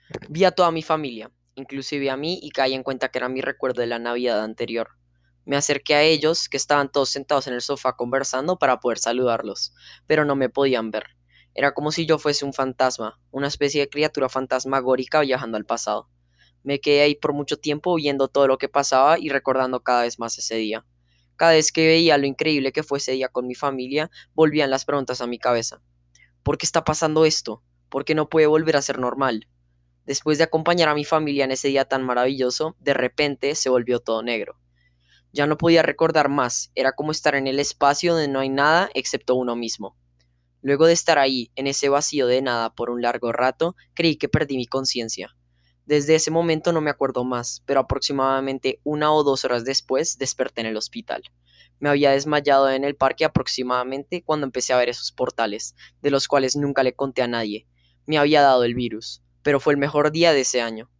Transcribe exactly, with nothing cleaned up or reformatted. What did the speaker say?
Vi a toda mi familia, inclusive a mí, y caí en cuenta que era mi recuerdo de la Navidad anterior. Me acerqué a ellos, que estaban todos sentados en el sofá conversando para poder saludarlos, pero no me podían ver. Era como si yo fuese un fantasma, una especie de criatura fantasmagórica viajando al pasado. Me quedé ahí por mucho tiempo viendo todo lo que pasaba y recordando cada vez más ese día. Cada vez que veía lo increíble que fue ese día con mi familia, volvían las preguntas a mi cabeza. ¿Por qué está pasando esto? ¿Por qué no puede volver a ser normal? Después de acompañar a mi familia en ese día tan maravilloso, de repente se volvió todo negro. Ya no podía recordar más, era como estar en el espacio donde no hay nada excepto uno mismo. Luego de estar ahí, en ese vacío de nada por un largo rato, creí que perdí mi conciencia. Desde ese momento no me acuerdo más, pero aproximadamente una o dos horas después desperté en el hospital. Me había desmayado en el parque aproximadamente cuando empecé a ver esos portales, de los cuales nunca le conté a nadie. Me había dado el virus, pero fue el mejor día de ese año.